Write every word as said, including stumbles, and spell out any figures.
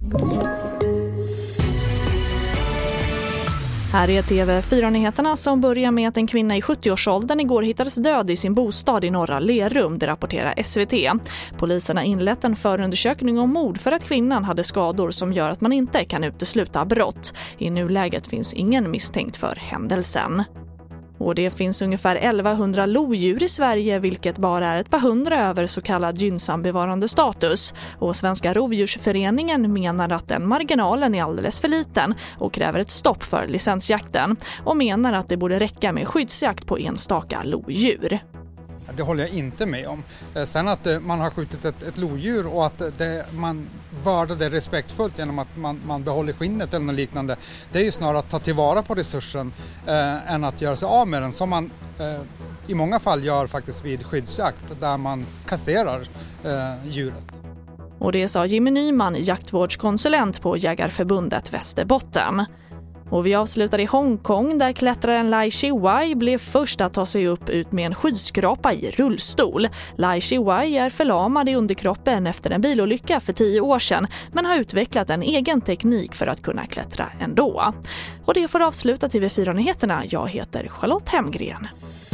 Här är T V fyra-nyheterna som börjar med att en kvinna i sjuttioårsåldern igår hittades död i sin bostad i norra Lerum, det rapporterar S V T. Polisen har inlett en förundersökning om mord för att kvinnan hade skador som gör att man inte kan utesluta brott. I nuläget finns ingen misstänkt för händelsen. Och det finns ungefär elvahundra lodjur i Sverige, vilket bara är ett par hundra över så kallad gynnsam bevarande status. Och Svenska rovdjursföreningen menar att den marginalen är alldeles för liten och kräver ett stopp för licensjakten. Och menar att det borde räcka med skyddsjakt på enstaka lodjur. Det håller jag inte med om. Sen att man har skjutit ett, ett lodjur och att det, man vördar det respektfullt genom att man, man behåller skinnet eller något liknande. Det är ju snarare att ta tillvara på resursen eh, än att göra sig av med den, som man eh, i många fall gör faktiskt vid skyddsjakt där man kasserar eh, djuret. Och det sa Jimmy Nyman, jaktvårdskonsulent på Jägarförbundet Västerbotten. Och vi avslutar i Hongkong där klättraren Lai Shiwei blev först att ta sig upp ut med en skyskrapa i rullstol. Lai Shiwei är förlamad i underkroppen efter en bilolycka för tio år sedan men har utvecklat en egen teknik för att kunna klättra ändå. Och det får avsluta T V fyra-nyheterna. Jag heter Charlotte Hemgren.